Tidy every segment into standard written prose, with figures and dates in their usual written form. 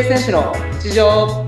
選手の日常。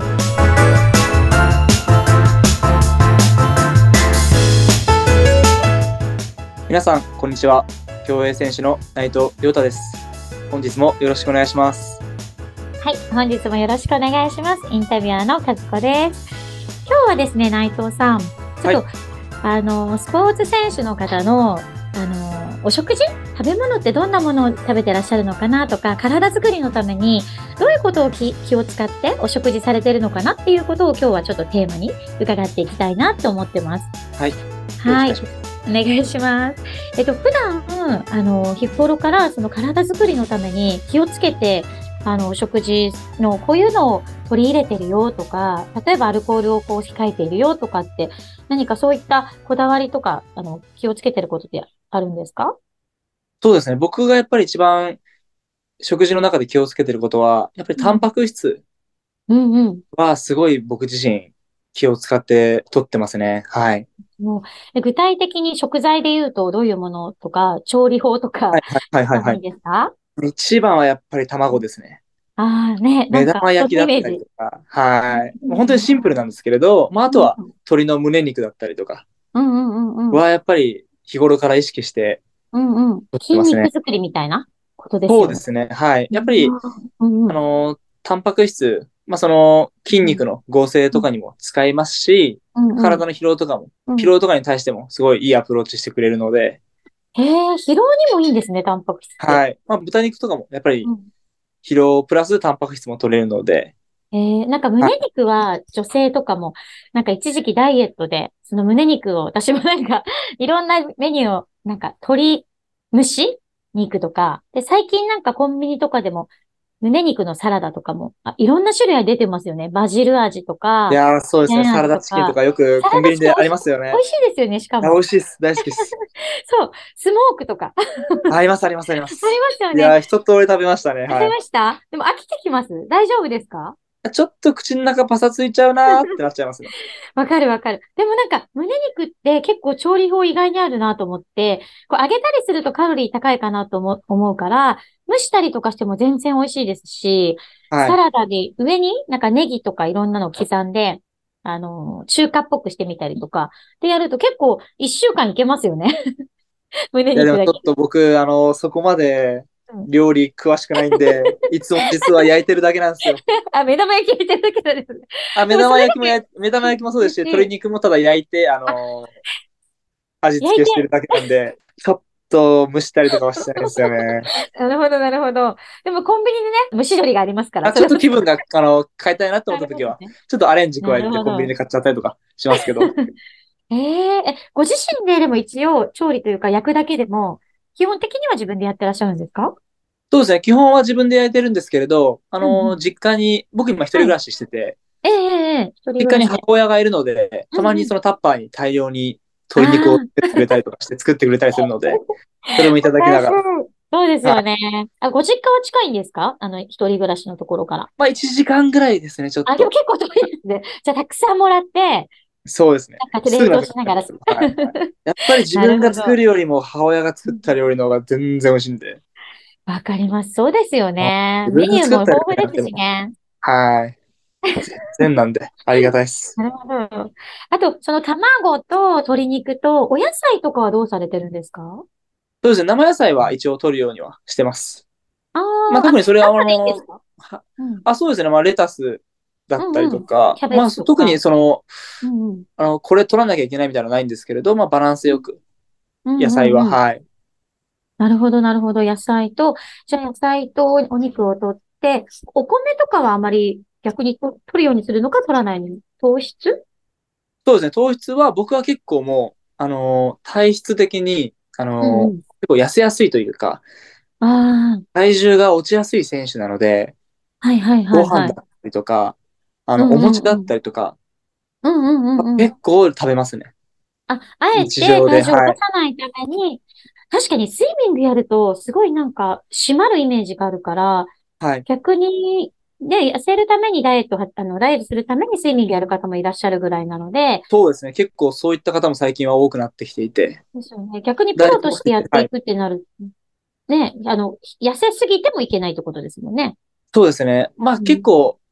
皆さんこんにちは。競泳選手の内藤亮太です。本日もよろしくお願いします。 はい、本日もよろしくお願いします。インタビュアーの和子です。今日はですね、内藤さん、ちょっと、スポーツ選手の方のお食事、食べ物ってどんなものを食べてらっしゃるのかなとか、体作りのためにどういうことを気を使ってお食事されてるのかなっていうことを今日はちょっとテーマに伺っていきたいなと思ってます。 はい。 はい。お願いします。普段、日頃からその体作りのために気をつけて、お食事のこういうのを取り入れてるよとか、例えばアルコールをこう控えているよとかって、何かそういったこだわりとか、気をつけてることってあるんですか？ そうですね。僕がやっぱり一番食事の中で気をつけてることは、やっぱりタンパク質うんうん。 はすごい僕自身気を使って取ってますね。はい。 も具体的に食材で言うとどういうものとか、調理法とか、 はいはいはいはい。 いいですか？ 一番はやっぱり卵ですね。 ああね、なんか、 目玉そ焼きだったりのイメージ。 とか、はい。もう本当にシンプルなんですけれど、あとはうんうん鶏の胸肉だったりとかうんうんうんうん。 はやっぱり日頃から意識してうんうん。 取って筋ますね。 肉作りみたいなことですよね。 そうですね。はい。 うんやっぱり、 うんうんタンパク質、その筋うん肉の合成とかにも使いますし、 うんうん体の疲労とかも、 うん。 疲労とかに対してもすごいいいアプローチしてくれるので、 へえ、疲労にもいいんですね、タンパク質って。 はい。豚肉とかもやっぱりうん。 疲労プラスタンパク質も取れるので、 なんか胸肉は女性とかも、なんか一時期ダイエットで、その胸肉を、私もなんか、いろんなメニューを、なんか鶏蒸し肉とか、で、最近なんかコンビニとかでも、胸肉のサラダとかも、いろんな種類が出てますよね。バジル味とか、 いやー、そうですね。 チェーンサラ味とか。 ダチキンとかよくサラコンビニでありダチキンますよね。 美味しいですよね、しかいや、美も。 味しいです。大好きです。 そう、スモークとか。 あります、あります、ありまありす。 ますよね。 いやー、一通り食べましたね。 食べはい。 ました？でも飽きてきます？大丈夫ですか？ ちょっと口の中パサついちゃうなーってなっちゃいますね。 わかるわかる。でもなんか、胸肉って結構調理法意外にあるなと思って、こう揚げたりするとカロリー高いかなと思うから、蒸したりとかしても全然美味しいですし、 はい。 サラダで上になんかネギとかいろんなの刻んで、中華っぽくしてみたりとか、でやると結構一週間いけますよね。胸いや、でもちょっ肉だけ。 と僕、そこまでうん。 料理詳しくないんで、いつも実は焼いてるだけなんですよ。 あ、目玉焼き入れてるだけなんですね。 あ、 でもそれだけ、 目玉焼きもそうですし、 うん。 鶏肉もただ焼いて、 あ、 味付焼いて。 けしてるだけなんで、ちょっと蒸したりとかはしてないんですよね。 なるほど、なるほど。でもコンビニでね、蒸し鶏がありますから、 あ、ちょっそれも使と気分が、変えたいなと思えったときは、 るんですね。 ちょっとアレンジ加なえてコンビニるほど。 で買っちゃったりとかしますけど。 ご自身ででも一応調理というか焼くだけでも、基本的には自分でやってらっしゃるんですか？ そうですね。基本は自分で焼いてるんですけれど、 うんうん。 実家に、僕今一人はい。 暮らししてて、 一人実家に暮らしで。 母親がいるので、たまうんうん。 にそのタッパーに大量に鶏肉をあ作ってくれたりとかして作ってくれたりするので、それもいただきな難しい。 がら。 そうですはい。 よね。ご実家は近いんですか？一人暮らしのところから。 1時間ぐらいですね、ちょっでもと。 結構遠いですね。じゃあ、たくさんもらって、 そうですね。 なんか冷すぐなくなっ凍しながら。 ちゃうんですよ。はい。やっぱり自なる分がほど。 作るよりも母親が作った料理の方が全然美味しいんで。 わかります。そうですよあ、 ね。 自分メニューもが作った料豊富です理なんてもう、 しね。 はい。全然なんで、ありがたいです。 なるほど。あと、その卵と鶏肉とお野菜とかはどうされてるんですか？ そうですね。生野菜は一応取るようにはしてます。 あ特にそれは、 生でいいんですか？うん。 そうですね。レタスだったりうんうん。 とか、 キャベツと特にか。うんうん。 これ取らなきゃいけないみたいなのはないんですけれど、バランスうんよく、 うん野菜は、 うんうん。 はい。 なるほど、なるほど。じゃあ野菜とお肉を取って、お米とかはあまり逆に取るようにするのか取らないのに。糖質。 そうですね。糖質は僕は結構もう、体質的に、 うんうん。 結構痩せやすいというか、 ああ、 体重が落ちやすい選手なので、 はいはいはいはい。 ご飯だったりとか、 うんお餅だっうんうん。 たりとか、 うんうんうんうん。 結構食べますね。 あえて日常で、 体重を落はい。 とさないために、確かにスイミングやると、すごいなんか、締まるイメージがあるから、 はい。 逆に、痩せるためにダイエットするためにスイミングやる方もいらっしゃるぐらいなので、 そうですね。結構そういった方も最近は多くなってきていて、 ですよね。逆にプ大ロと学もしてて、はい。 してやっていくってなる、ね、痩せすぎてもいけないってことですもんね。 そうですね。 うん。 結構、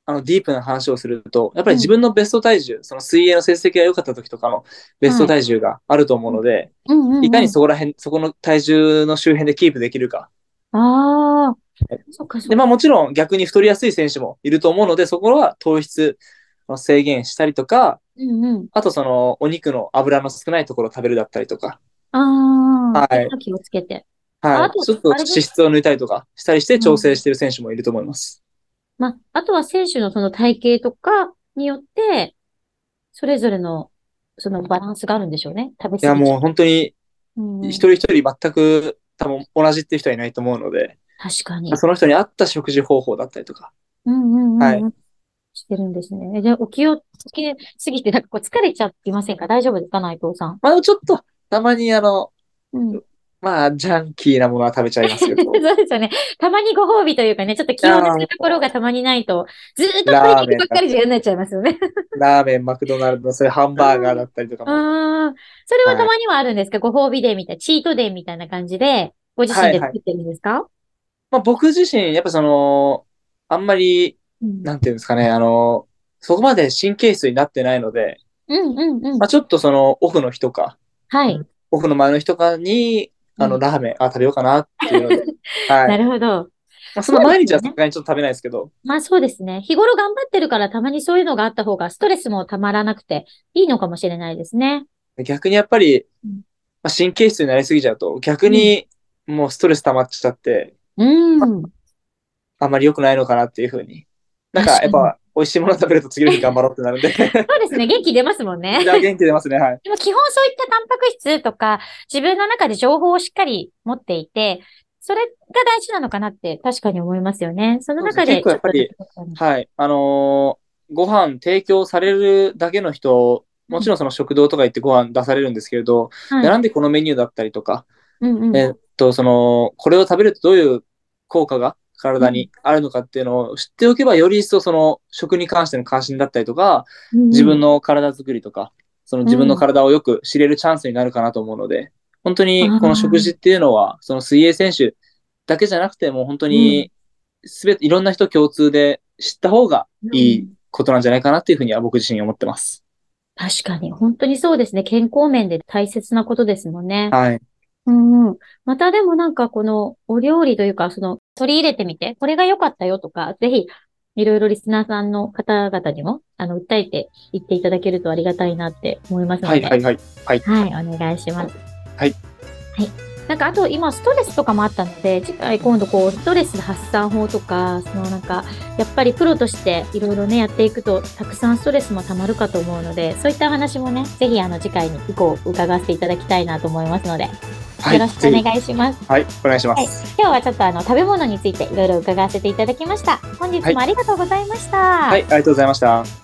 ディープな話をすると、やっぱり自分のベスト体重、その水泳の成績が良かった時とかのベスト体重があると思うので、いかにそこの体重の周辺でキープできるか。 ああ、そっかそっか。 で、もちろん逆に太りやすい選手もいると思うので、そこは糖質の制限したりとか、あとお肉の脂の少ないところを食べるだったりとか。 はい。気をつけて。 はい。ちょっと脂質を抜いたりとかしたりして調整している選手もいると思います。 あとは選手のその体型とかによって、それぞれのそのバランスがあるんでしょうね。食べ過ぎ。 いや、もう本当に、一人一人全く多分同じっていう人はいないと思うので。 確かに。 その人に合った食事方法だったりとか。 はい。してるんですね。で、起きすぎて、なんかこう疲れちゃっていませんか？大丈夫ですか、内藤さん。 でもちょっと、たまにジャンキーなものは食べちゃいますけど。 そうですよね。たまにご褒美というかね、ちょっと気を抜くところがたまにないと、ずーっと鶏肉ばっかりじゃなっちゃいますよね。 ラーメン、マクドナルド、そういうハンバーガーだったりとかも。 それはたまにはあるんですか？ご褒美デーみたいな、チートデーみたいな感じで、ご自身で作ってるんですか？ 僕自身、やっぱあんまり、なんていうんですかね、そこまで神経質になってないので、ちょっとオフの日とか、オフの前の日とかに、ラーメン、食べようかなっていうので。 なるほど。 そんな毎日はさすがにちょっと食べないですけど。 そうですね。日頃頑張ってるからたまにそういうのがあった方がストレスもたまらなくていいのかもしれないですね。 逆にやっぱり、神経質になりすぎちゃうと、逆にもうストレス溜まっちゃって、あんまり良くないのかなっていうふうに。なんかやっぱ美味しいもの食べると次の日頑張ろうってなるんで。そうですね。元気出ますもんね。 元気出ますね。はい。 でも基本そういったタンパク質とか自分の中で情報をしっかり持っていて、それが大事なのかなって確かに思いますよね。その中で。 結構やっぱり、はい。ご飯提供されるだけの人、もちろんその食堂とか行ってご飯出されるんですけれど、なんでこのメニューだったりとか、これを食べるとどういう効果が体にあるのかっていうのを知っておけば、より一層食に関しての関心だったりとか、自分の体作りとか、自分の体をよく知れるチャンスになるかなと思うので、本当にこの食事っていうのは、水泳選手だけじゃなくて、もう本当にいろんな人共通で知った方がいいことなんじゃないかなっていうふうには僕自身思ってます。 確かに、本当にそうですね。健康面で大切なことですもんね。 はい。 またでもなんかこのお料理というか、取り入れてみて、これが良かったよとか、ぜひ、いろいろリスナーさんの方々にも、訴えて言っていただけるとありがたいなって思いますので。はい、お願いします。 はい。 なんかあと今ストレスとかもあったので、次回今度ストレス発散法とか、やっぱりプロとしていろいろね、やっていくと、たくさんストレスもたまるかと思うので、そういった話もね、ぜひ次回に以降伺わせていただきたいなと思いますので、よろしくお願いします。 はい、お願いします。 今日はちょっと食べ物についていろいろ伺わせていただきました。本日もありがとうございました。 はい、ありがとうございました。